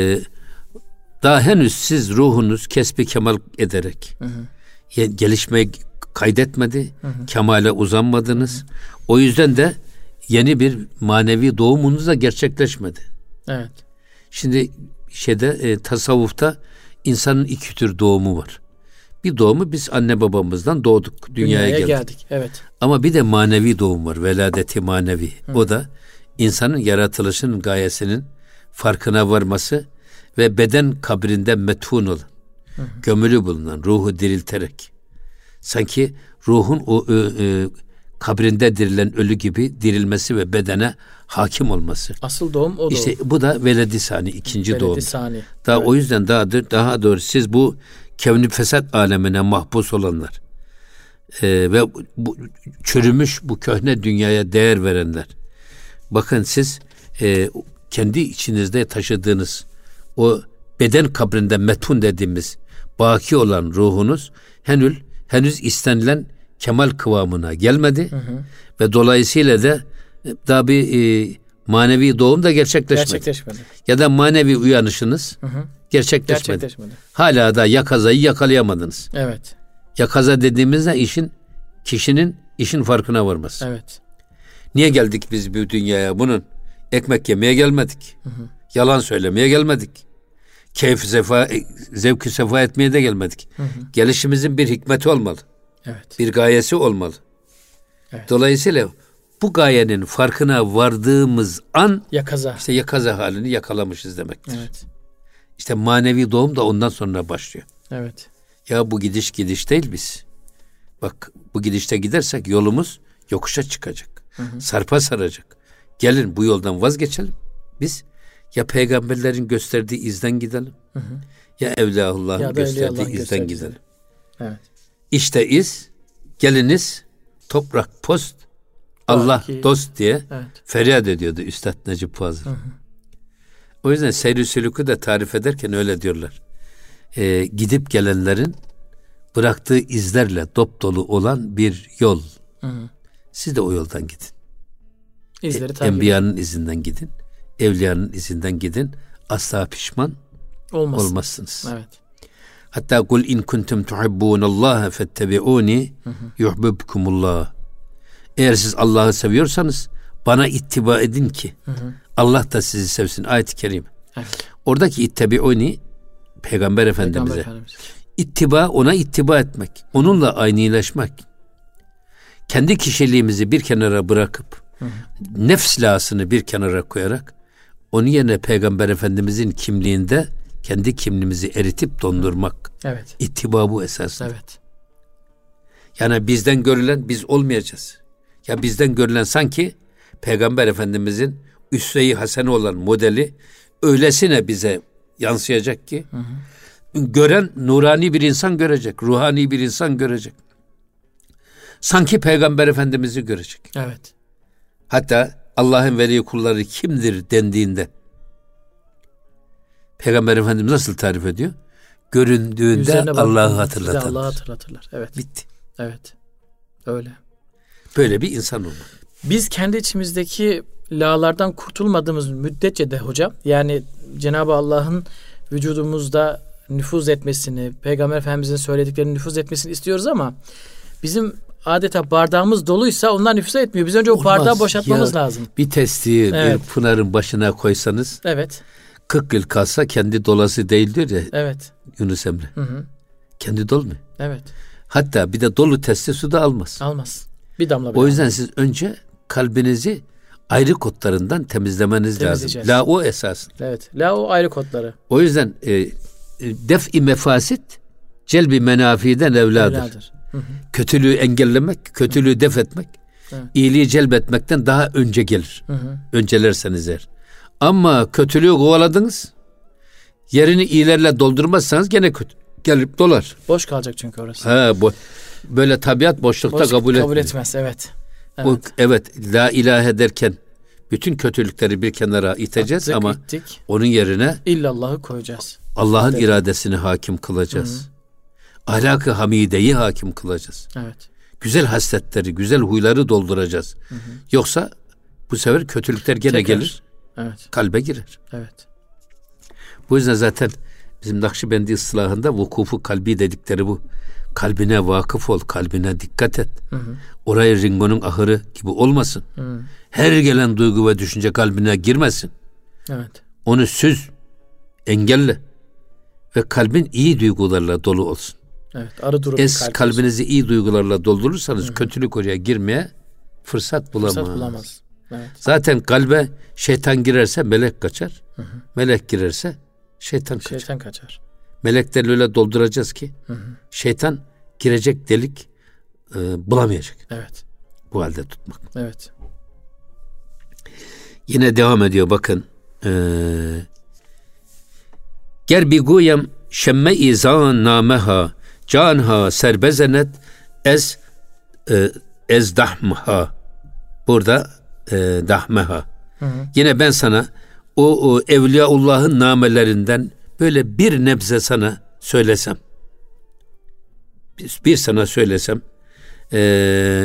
daha henüz siz ruhunuz kesbi kemal ederek hı hı. gelişme kaydetmedi. Hı hı. Kemale uzanmadınız. Hı hı. O yüzden de yeni bir manevi doğumunuz da gerçekleşmedi. Evet. Şimdi şeyde e, tasavvufta insanın iki tür doğumu var. Bir doğumu biz anne babamızdan doğduk. Dünyaya, dünyaya geldik. geldik. Evet. Ama bir de manevi doğum var. Veladeti manevi. Hı. O da insanın yaratılışının gayesinin farkına varması ve beden kabrinde metfun olan, hı hı. gömülü bulunan ruhu dirilterek sanki ruhun o e, e, kabrinde dirilen ölü gibi dirilmesi ve bedene hakim olması. Asıl doğum o doğum. İşte bu da veledi sani, ikinci veledi doğum. Sani. Daha evet. o yüzden daha daha doğru siz bu kevni fesat alemine mahpus olanlar e, ve bu çürümüş bu köhne dünyaya değer verenler. Bakın siz e, kendi içinizde taşıdığınız o beden kabrinde metfun dediğimiz baki olan ruhunuz henüz henüz istenilen kemal kıvamına gelmedi. Hı hı. Ve dolayısıyla da daha bir e, manevi doğum da gerçekleşmedi. Gerçekleşmedi. Ya da manevi uyanışınız hı hı. Gerçekleşmedi. gerçekleşmedi. Hala da yakazayı yakalayamadınız. Evet. Yakaza dediğimizde işin kişinin işin farkına varması. Evet. Niye geldik biz bu dünyaya? Bunun ekmek yemeye gelmedik. Hı hı. Yalan söylemeye gelmedik. Keyif sefa, zevk-i sefa etmeye de gelmedik. Hı hı. Gelişimizin bir hikmeti olmalı. Evet. Bir gayesi olmalı. Evet. Dolayısıyla bu gayenin farkına vardığımız an yakaza. işte yakaza halini yakalamışız demektir. Evet. İşte manevi doğum da ondan sonra başlıyor. Evet. Ya bu gidiş gidiş değil biz. Bak bu gidişte gidersek yolumuz yokuşa çıkacak. Hı hı. Sarpa saracak. Gelin bu yoldan vazgeçelim. Biz ya peygamberlerin gösterdiği izden gidelim. Hı hı. Ya Evliyaullah'ın ya gösterdiği izden gösterdiği. gidelim. Evet. İşte iz, geliniz, toprak, post, Allah, Baki. dost diye evet. feryat ediyordu Üstad Necip Fazıl. Hı hı. O yüzden seyr-i sülûkü de tarif ederken öyle diyorlar. Ee, gidip gelenlerin bıraktığı izlerle dop dolu olan bir yol. Hı hı. Siz de o yoldan gidin. İzleri e, Enbiyanın izinden gidin. Evliyanın izinden gidin. Asla pişman Olmasın. olmazsınız. Evet. Hatta kul in kuntum tuhibbunallaha fettebi'uni yuhibbukumullah. Eğer siz Allah'ı seviyorsanız bana ittiba edin ki hı hı. Allah da sizi sevsin. Ayet-i kerime. Evet. Oradaki ittebi'uni Peygamber Efendimiz'e. Peygamber Efendimiz. İttiba ona ittiba etmek. Onunla aynılaşmak. Kendi kişiliğimizi bir kenara bırakıp hı hı. nefs lasını bir kenara koyarak onun yerine Peygamber Efendimiz'in kimliğinde kendi kimliğimizi eritip dondurmak. Evet. İttiba bu esasında. Evet. Yani bizden görülen biz olmayacağız. Ya bizden görülen sanki Peygamber Efendimiz'in üsve-i hasene olan modeli öylesine bize yansıyacak ki hı hı. gören nurani bir insan görecek, ruhani bir insan görecek. Sanki Peygamber Efendimiz'i görecek. Evet. Hatta Allah'ın veli kulları kimdir dendiğinde Peygamber Efendimiz nasıl tarif ediyor? Göründüğünde Allah'ı hatırlatırlar. Allah'ı hatırlatırlar. Evet. Bitti. Evet. Öyle. Böyle bir insan olmak. Biz kendi içimizdeki lağlardan kurtulmadığımız müddetçe de hocam, yani Cenab-ı Allah'ın vücudumuzda nüfuz etmesini, Peygamber Efendimizin söylediklerinin nüfuz etmesini istiyoruz ama bizim adeta bardağımız doluysa onlar nüfuz etmiyor. Biz önce o Olmaz. bardağı boşaltmamız Ya, lazım. Bir testiyi Evet. bir pınarın başına koysanız Evet. kırk yıl kalsa kendi dolası değil diyor ya Evet. Yunus Emre. Hı hı. Kendi dolmuyor. Evet. Hatta bir de dolu testi su da almaz. Almaz. Bir damla bile O yüzden almaz. siz önce kalbinizi ayrı kodlarından temizlemeniz lazım. La o esas. Evet. La o ayrı kodları. O yüzden e, e, def-i mefasit celbi menafiden evladır. Evladır. Hı hı. Kötülüğü engellemek, kötülüğü def etmek, Evet. iyiliği celbetmekten daha önce gelir. Hı hı. Öncelerseniz eğer. Ama kötülüğü kovaladınız, yerini iyilerle doldurmazsanız gene kötü gelip dolar. Boş kalacak çünkü orası. Ha, bu böyle tabiat boşlukta Boş, kabul, kabul etmiyor. etmez. Evet. Evet. O, evet, la ilahe derken bütün kötülükleri bir kenara iteceğiz Attık, ama ittik. onun yerine İllallah'ı koyacağız. Allah'ın Evet. iradesini hakim kılacağız. Ahlak-ı hamideyi hakim kılacağız. Evet. Güzel hasletleri, güzel huyları dolduracağız. Hı hı. Yoksa bu sefer kötülükler gene Tekrar. gelir, Evet. kalbe girer. Evet. Bu yüzden zaten bizim Nakşibendi ıslahında vukufu kalbi dedikleri bu. Kalbine vakıf ol, kalbine dikkat et. Hı hı. Orayı Ringo'nun ahırı gibi olmasın. Hı. Her gelen duygu ve düşünce kalbine girmesin. Evet. Onu süz, engelle ve kalbin iyi duygularla dolu olsun. Evet, arı duru Es kalp kalbinizi olsun. iyi duygularla doldurursanız Hı-hı. kötülük oraya girmeye fırsat bulamaz. Fırsat bulamaz. Evet. Zaten kalbe şeytan girerse melek kaçar. Hı-hı. Melek girerse şeytan kaçar. Şeytan kaçar. Meleklerle öyle dolduracağız ki Hı-hı. şeytan girecek delik e, bulamayacak. Evet. Bu halde tutmak. Evet. Yine devam ediyor bakın. Eee Ger biguyem şemme izan nameha canha serbezenet ez e, ez dahmha. Burada e, dahmeha. Hı hı. Yine ben sana o, o Evliyaullah'ın namelerinden böyle bir nebze sana söylesem. Bir, bir sana söylesem. E,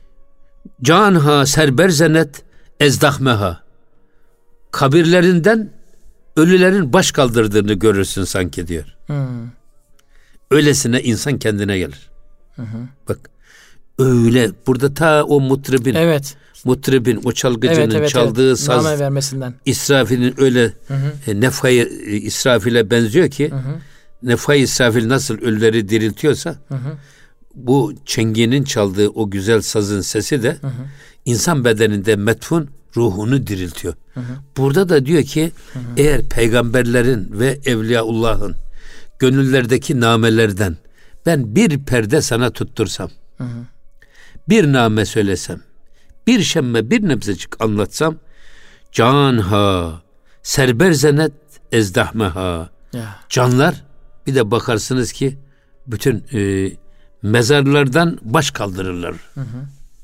canha serberzenet ez dahmeha. Kabirlerinden ölülerin baş kaldırdığını görürsün sanki diyor. Hmm. Öylesine insan kendine gelir. Hı hı. Bak öyle burada ta o mutribin evet. mutribin o çalgıcının evet, evet, çaldığı evet. saz name vermesinden. İsrafil'in öyle hı hı. E, nefayı e, İsrafil'e benziyor ki hı hı. nefayı İsrafil nasıl ölüleri diriltiyorsa hı hı. bu çenginin çaldığı o güzel sazın sesi de hı hı. insan bedeninde metfun ruhunu diriltiyor. Hı hı. Burada da diyor ki hı hı. eğer peygamberlerin ve Evliyaullah'ın gönüllerdeki namelerden ben bir perde sana tuttursam, hı hı. bir name söylesem, bir şemme bir nebzecik anlatsam, canha serberzenet ezdahmeha. Ya. Canlar bir de bakarsınız ki bütün e, mezarlardan baş kaldırırlar. Hı hı.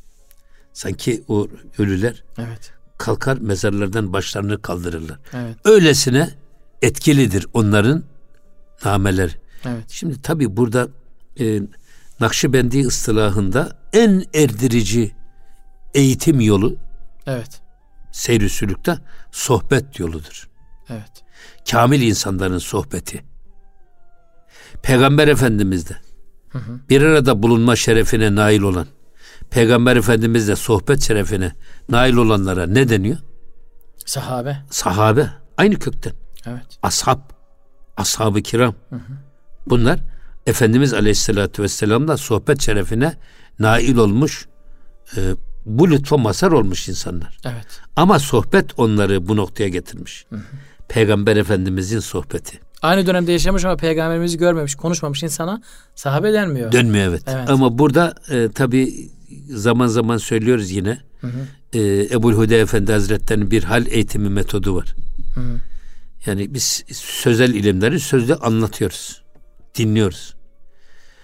Sanki o ölüler evet. kalkar mezarlardan başlarını kaldırırlar. Evet. Öylesine etkilidir onların nameleri. Evet. Şimdi tabii burada e, Nakşibendi ıstılahında en erdirici eğitim yolu evet. seyr-i sülükte sohbet yoludur. Evet. Kamil insanların sohbeti. Peygamber Efendimiz de hı hı. bir arada bulunma şerefine nail olan Peygamber Efendimizle sohbet şerefine nail olanlara ne deniyor? Sahabe. Sahabe. Aynı kökten. Evet. Ashab. Ashab-ı kiram. Hı hı. Bunlar Efendimiz Aleyhisselatü Vesselam'la sohbet şerefine nail olmuş, e, bu lütfa mazhar olmuş insanlar. Evet. Ama sohbet onları bu noktaya getirmiş. Hı hı. Peygamber Efendimizin sohbeti. Aynı dönemde yaşamış ama peygamberimizi görmemiş, konuşmamış insana sahabe denmiyor. Dönmüyor evet. evet. Ama burada e, tabii zaman zaman söylüyoruz yine. Hı hı. E, Ebu'l-Hude Efendi Hazretleri'nin bir hal eğitimi metodu var. Hı hı. Yani biz sözel ilimleri sözlü anlatıyoruz. Dinliyoruz.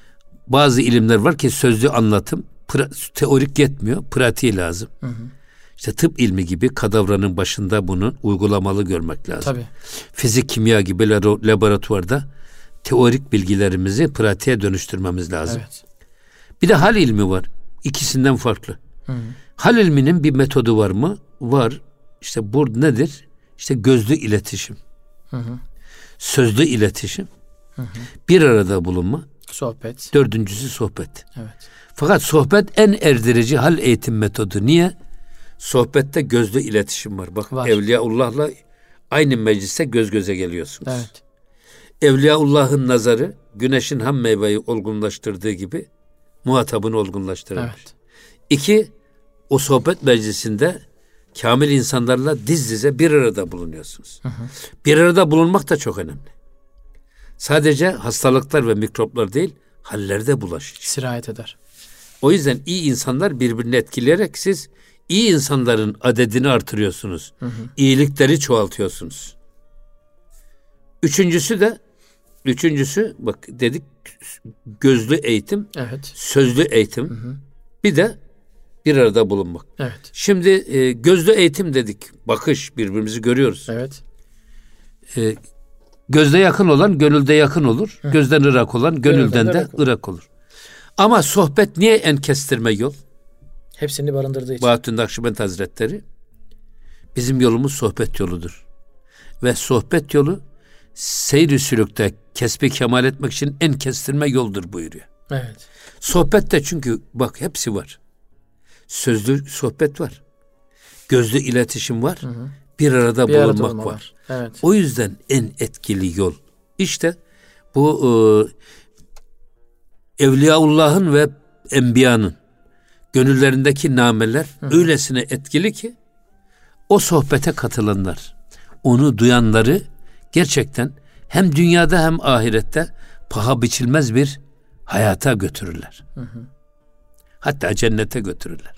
Bazı ilimler var ki sözlü anlatım pra- teorik yetmiyor. Pratiği lazım. Hı hı. İşte tıp ilmi gibi kadavranın başında bunu uygulamalı görmek lazım. Tabii. Fizik, kimya gibi laboratuvarda teorik bilgilerimizi pratiğe dönüştürmemiz lazım. Evet. Bir de hal ilmi var. İkisinden farklı. Hı hı. Hal ilminin bir metodu var mı? Var. İşte bu nedir? İşte gözlü iletişim. Hı hı. Sözlü iletişim. Hı hı. Bir arada bulunma. Sohbet. Dördüncüsü sohbet. Evet. Fakat sohbet en erdirici hal eğitim metodu. Niye? Sohbette gözlü iletişim var. Bak var. Evliyaullah'la aynı mecliste göz göze geliyorsunuz. Evet. Evliyaullah'ın nazarı güneşin ham meyveyi olgunlaştırdığı gibi muhatabını olgunlaştırır. Evet. İki, o sohbet meclisinde kamil insanlarla diz dize bir arada bulunuyorsunuz. Hı hı. Bir arada bulunmak da çok önemli. Sadece hastalıklar ve mikroplar değil, haller de bulaşır. Sirayet eder. O yüzden iyi insanlar birbirini etkileyerek siz iyi insanların adedini artırıyorsunuz. Hı hı. İyilikleri çoğaltıyorsunuz. Üçüncüsü de üçüncüsü bak dedik gözlü eğitim, evet. Sözlü eğitim. Hı hı. Bir de bir arada bulunmak. Evet. Şimdi e, gözlü eğitim dedik. Bakış, birbirimizi görüyoruz. Evet. E, gözde yakın olan gönülde yakın olur. Hı. Gözden ırak olan gönülden de ırak, ırak olur. Ama sohbet niye en kestirme yol? Hepsini barındırdığı için. Bahattin Nakşibend Hazretleri bizim yolumuz sohbet yoludur. Ve sohbet yolu seyr-i sülükte kesbi kemal etmek için en kestirme yoldur buyuruyor. Evet. Sohbette çünkü bak hepsi var. Sözlü sohbet var. Gözlü iletişim var. Hı hı. Bir arada bir bulunmak arada var. var. Evet. O yüzden en etkili yol. İşte bu e, Evliyaullah'ın ve Enbiya'nın gönüllerindeki nameler hı hı. öylesine etkili ki o sohbete katılanlar, onu duyanları gerçekten hem dünyada hem ahirette paha biçilmez bir hayata götürürler. Hı hı. Hatta cennete götürürler.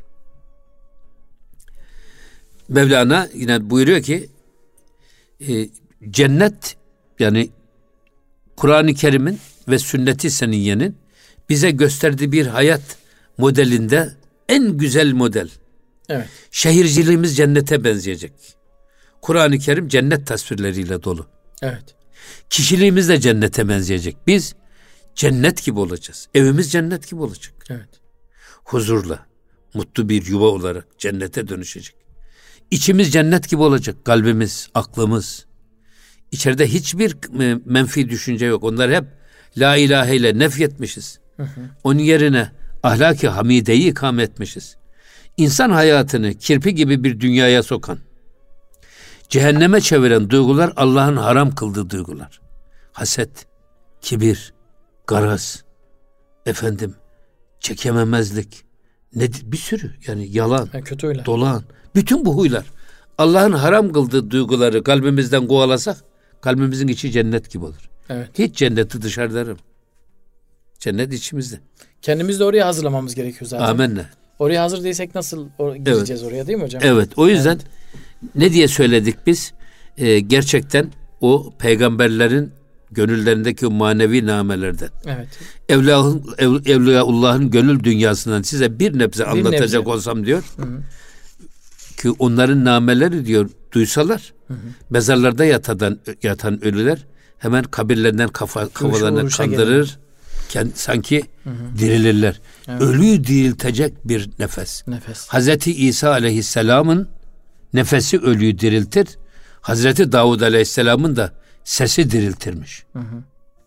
Mevlana yine buyuruyor ki e, cennet yani Kur'an-ı Kerim'in ve sünnet-i seniyyenin bize gösterdiği bir hayat modelinde en güzel model. Evet. Şehirciliğimiz cennete benzeyecek. Kur'an-ı Kerim cennet tasvirleriyle dolu. Evet. Kişiliğimiz de cennete benzeyecek. Biz cennet gibi olacağız. Evimiz cennet gibi olacak. Evet. Huzurla, mutlu bir yuva olarak cennete dönüşecek. İçimiz cennet gibi olacak. Kalbimiz, aklımız. İçeride hiçbir menfi düşünce yok. Onlar hep la ilahe ile nefyetmişiz. Hı hı. Onun yerine ahlaki hamideyi ikame etmişiz. İnsan hayatını kirpi gibi bir dünyaya sokan, cehenneme çeviren duygular Allah'ın haram kıldığı duygular. Haset, kibir, garaz, efendim, çekememezlik, ne bir sürü yani yalan, yani kötü huylar. Dolan, bütün bu huylar. Allah'ın haram kıldığı duyguları kalbimizden kovalasak kalbimizin içi cennet gibi olur. Evet. Hiç cenneti dışarıda arar. Cennet içimizde. Kendimizi de oraya hazırlamamız gerekiyor zaten. Amenna. Oraya hazır değilsek nasıl or- gideceğiz evet. oraya değil mi hocam? Evet. O yüzden evet. ne diye söyledik biz? Ee, gerçekten o peygamberlerin gönüllerindeki o manevi namelerden. Evet. Evliyaullah'ın, ev, Evliyaullah'ın gönül dünyasından size bir nebze bir anlatacak nebze. olsam diyor. Hı hı. Ki onların nameleri diyor duysalar hı hı. mezarlarda yatadan, yatan ölüler hemen kabirlerinden kafa, kafalarını kandırır. Kend, sanki hı hı. dirilirler. Evet. Ölüyü diriltecek bir nefes. Nefes. Hazreti İsa Aleyhisselam'ın nefesi ölüyü diriltir. Hazreti Davud Aleyhisselam'ın da sesi diriltirmiş. Hı hı.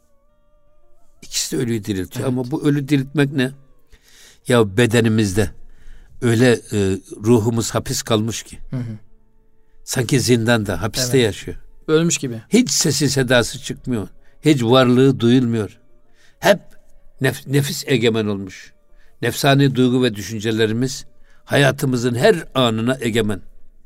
İkisi de ölüyü diriltiyor. Evet. Ama bu ölü diriltmek ne? Ya bedenimizde öyle e, ruhumuz hapis kalmış ki. Hı hı. Sanki zindanda, hapiste evet. yaşıyor. Ölmüş gibi. Hiç sesi sedası çıkmıyor. Hiç varlığı duyulmuyor. Hep nef- nefis egemen olmuş. Nefsani duygu ve düşüncelerimiz hayatımızın her anına egemen.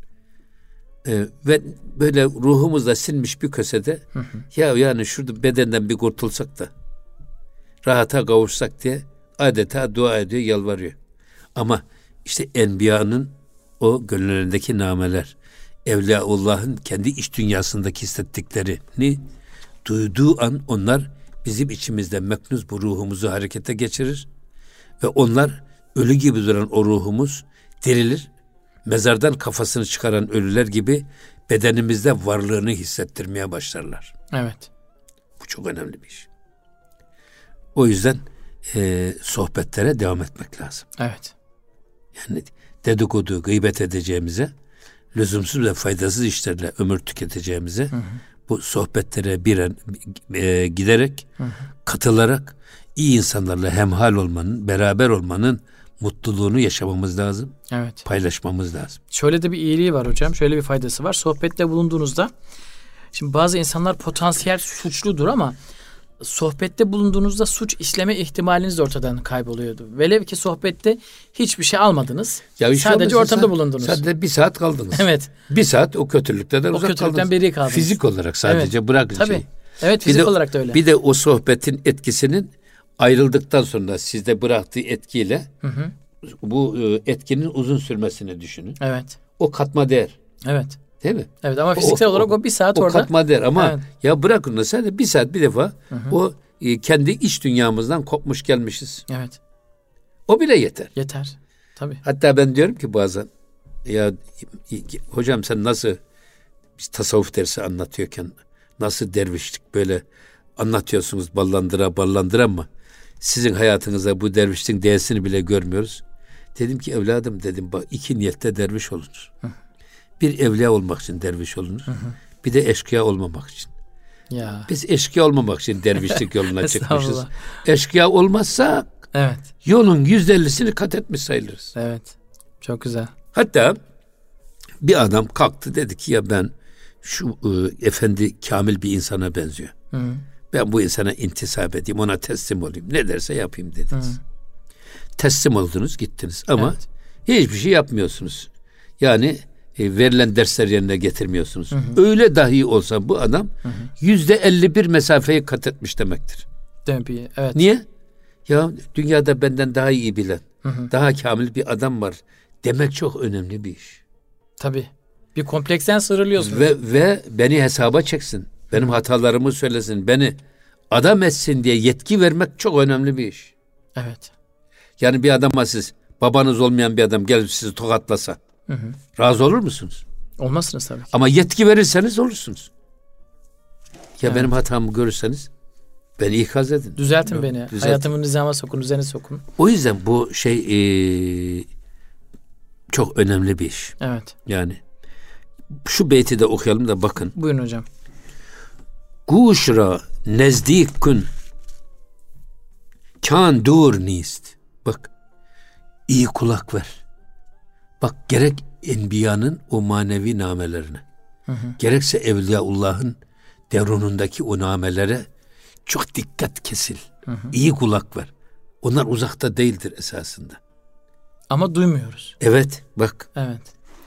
Ee, ve böyle ruhumuzda sinmiş bir kösede hı hı. ya yani şurada bedenden bir kurtulsak da rahata kavuşsak diye adeta dua ediyor, yalvarıyor. Ama işte Enbiya'nın o gönüllerindeki nameler, Evliyaullah'ın kendi iç dünyasındaki hissettiklerini duyduğu an onlar bizim içimizde meknuz bu ruhumuzu harekete geçirir ve onlar ölü gibi duran o ruhumuz dirilir mezardan kafasını çıkaran ölüler gibi bedenimizde varlığını hissettirmeye başlarlar. Evet. Bu çok önemli bir iş. O yüzden e, sohbetlere devam etmek lazım. Evet. Yani dedikodu, gıybet edeceğimize, lüzumsuz ve faydasız işlerle ömür tüketeceğimize, hı hı. bu sohbetlere bir an e, giderek, hı hı. katılarak iyi insanlarla hemhal olmanın, beraber olmanın mutluluğunu yaşamamız lazım. Evet. Paylaşmamız lazım. Şöyle de bir iyiliği var hocam. Şöyle bir faydası var. Sohbette bulunduğunuzda, şimdi bazı insanlar potansiyel suçludur ama sohbette bulunduğunuzda suç işleme ihtimaliniz de ortadan kayboluyordu. Velev ki sohbette hiçbir şey almadınız. Ya sadece ortamda sen, bulundunuz. Sadece bir saat kaldınız. Evet. Bir saat o kötülükten uzak kaldınız. O kötülükten beri kaldınız. Fizik olarak sadece evet. bırakın Tabii. şeyi. Evet, fizik de, olarak da öyle. Bir de o sohbetin etkisinin ayrıldıktan sonra sizde bıraktığı etkiyle, hı hı. bu etkinin uzun sürmesini düşünün. Evet. O katma değer. Evet. Değil mi? Evet, ama fiziksel o, olarak o bir saat o orada. O katma değer ama evet. ya bırakın da sadece bir saat bir defa, hı hı. o e, kendi iç dünyamızdan kopmuş gelmişiz. Evet. O bile yeter. Yeter. Tabii. Hatta ben diyorum ki bazen, ya hocam sen nasıl biz tasavvuf dersi anlatıyorken nasıl dervişlik böyle anlatıyorsunuz ballandıra ballandıra ama sizin hayatınızda bu dervişliğin değersini bile görmüyoruz. Dedim ki evladım dedim bak iki niyette derviş olunur. Hı. Bir evliya olmak için derviş olunur. Hı hı. Bir de eşkıya olmamak için. Ya. Biz eşkıya olmamak için dervişlik yoluna çıkmışız. Eşkıya olmazsak evet. yolun yüzde ellisini kat etmiş sayılırız. Evet. Çok güzel. Hatta bir adam kalktı dedi ki ya ben şu e, efendi kamil bir insana benziyor. Hı. Ben bu insana intisap edeyim, ona teslim olayım. Ne derse yapayım dediniz. Hı. Teslim oldunuz, gittiniz ama evet. hiçbir şey yapmıyorsunuz. Yani e, verilen dersler yerine getirmiyorsunuz. Hı hı. Öyle dahi olsa bu adam yüzde elli bir mesafeyi kat etmiş demektir. Tabii, evet. Niye? Ya dünyada benden daha iyi bilen, hı hı. daha kamil bir adam var demek çok önemli bir iş. Tabii. Bir kompleksten sıyrılıyorsunuz. Ve, ve beni hesaba çeksin. Benim hatalarımı söylesin. Beni adam etsin diye yetki vermek çok önemli bir iş. Evet. Yani bir adama siz, babanız olmayan bir adam gelip sizi tokatlasa, hı hı. razı olur musunuz? Olmazsınız tabii ki. Ama yetki verirseniz olursunuz. Ya evet. benim hatamı görürseniz beni ikaz edin. Düzeltin beni. Düzeltin. Hayatımı nizama sokun, düzene sokun. O yüzden bu şey ee, çok önemli bir iş. Evet. Yani şu beyti de okuyalım da bakın. Buyurun hocam. Guşra nezdikün kan dur nist. Bak iyi kulak ver. Bak gerek enbiyanın o manevi namelerine, hı hı. gerekse Evliyaullah'ın derunundaki o namelere çok dikkat kesil. Hı hı. İyi kulak ver. Onlar uzakta değildir esasında. Ama duymuyoruz. Evet bak. Evet.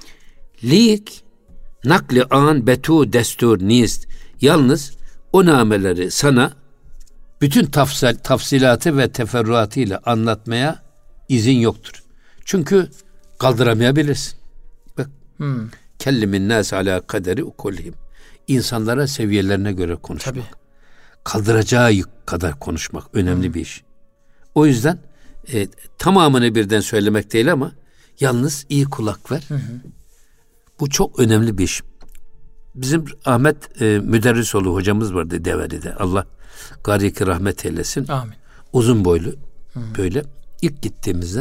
Lik nakli an betu destur nist. Yalnız o nameleri sana bütün tafsil, tafsilatı ve teferruatıyla anlatmaya izin yoktur. Çünkü kaldıramayabilirsin. Bak. Hmm. Kellimin nas ala kaderi ukulhim. İnsanlara seviyelerine göre konuşmak. Tabii. Kaldıracağı kadar konuşmak önemli hmm. bir iş. O yüzden e, tamamını birden söylemek değil ama yalnız iyi kulak ver. Hı hı. Bu çok önemli bir iş. Bizim Ahmet e, Müderrisoğlu hocamız vardı Develi'de. Allah gari-i rahmet eylesin. Amin. Uzun boylu hı. böyle. İlk gittiğimizde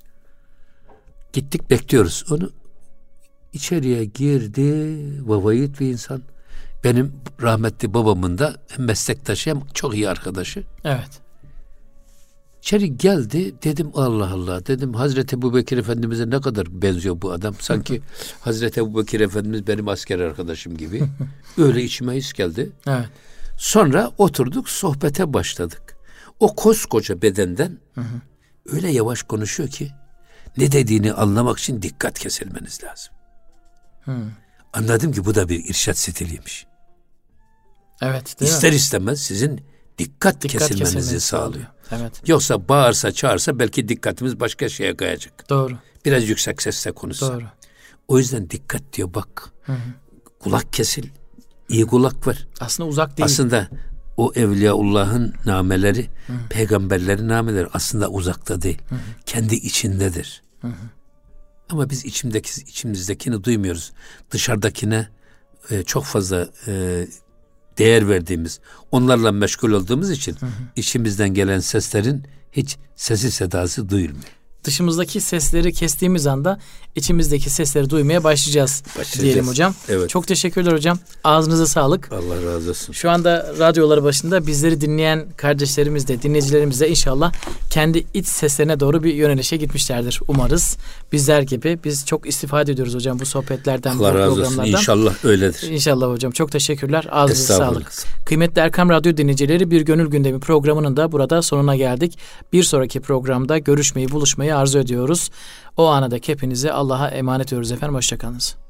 gittik bekliyoruz onu. İçeriye girdi. Vavayit bir insan. Benim rahmetli babamın da hem meslektaşı hem çok iyi arkadaşı. Evet. İçeri geldi. Dedim Allah Allah. Dedim Hazreti Ebubekir Efendimiz'e ne kadar benziyor bu adam. Sanki Hazreti Ebubekir Efendimiz benim asker arkadaşım gibi. Öyle içime his geldi. Evet. Sonra oturduk sohbete başladık. O koskoca bedenden hı hı. öyle yavaş konuşuyor ki ne dediğini anlamak için dikkat kesilmeniz lazım. Hı. Anladım ki bu da bir irşad stiliymiş. Evet, değil İster mi? istemez sizin dikkat, dikkat kesilmenizi, kesilmenizi sağlıyor. Evet. Yoksa bağırsa çağırsa belki dikkatimiz başka şeye kayacak. Doğru. Biraz yüksek sesle konuşsa. Doğru. O yüzden dikkat diyor bak. Hı hı. Kulak kesil. İyi kulak ver. Aslında uzak değil. Aslında o Evliyaullah'ın nameleri, hı hı. peygamberlerin nameleri aslında uzakta değil. Hı hı. Kendi içindedir. Hı hı. Ama biz içimdeki içimizdekini duymuyoruz. Dışarıdakine e, çok fazla e, değer verdiğimiz, onlarla meşgul olduğumuz için hı hı. içimizden gelen seslerin hiç sesi sedası duyulmuyor. Dışımızdaki sesleri kestiğimiz anda içimizdeki sesleri duymaya başlayacağız, başlayacağız. diyelim hocam. Evet. Çok teşekkürler hocam. Ağzınıza sağlık. Allah razı olsun. Şu anda radyoları başında bizleri dinleyen kardeşlerimiz de, dinleyicilerimiz de inşallah kendi iç seslerine doğru bir yönelişe gitmişlerdir umarız. Bizler gibi. Biz çok istifade ediyoruz hocam bu sohbetlerden, Allah bu razı programlardan. olsun. İnşallah öyledir. İnşallah hocam. Çok teşekkürler. Ağzınıza sağlık. Kıymetli Erkam Radyo dinleyicileri, Bir Gönül Gündemi programının da burada sonuna geldik. Bir sonraki programda görüşmeyi, buluşmayı arzu ediyoruz. O ana dek hepinizi Allah'a emanet ediyoruz efendim. Hoşçakalınız.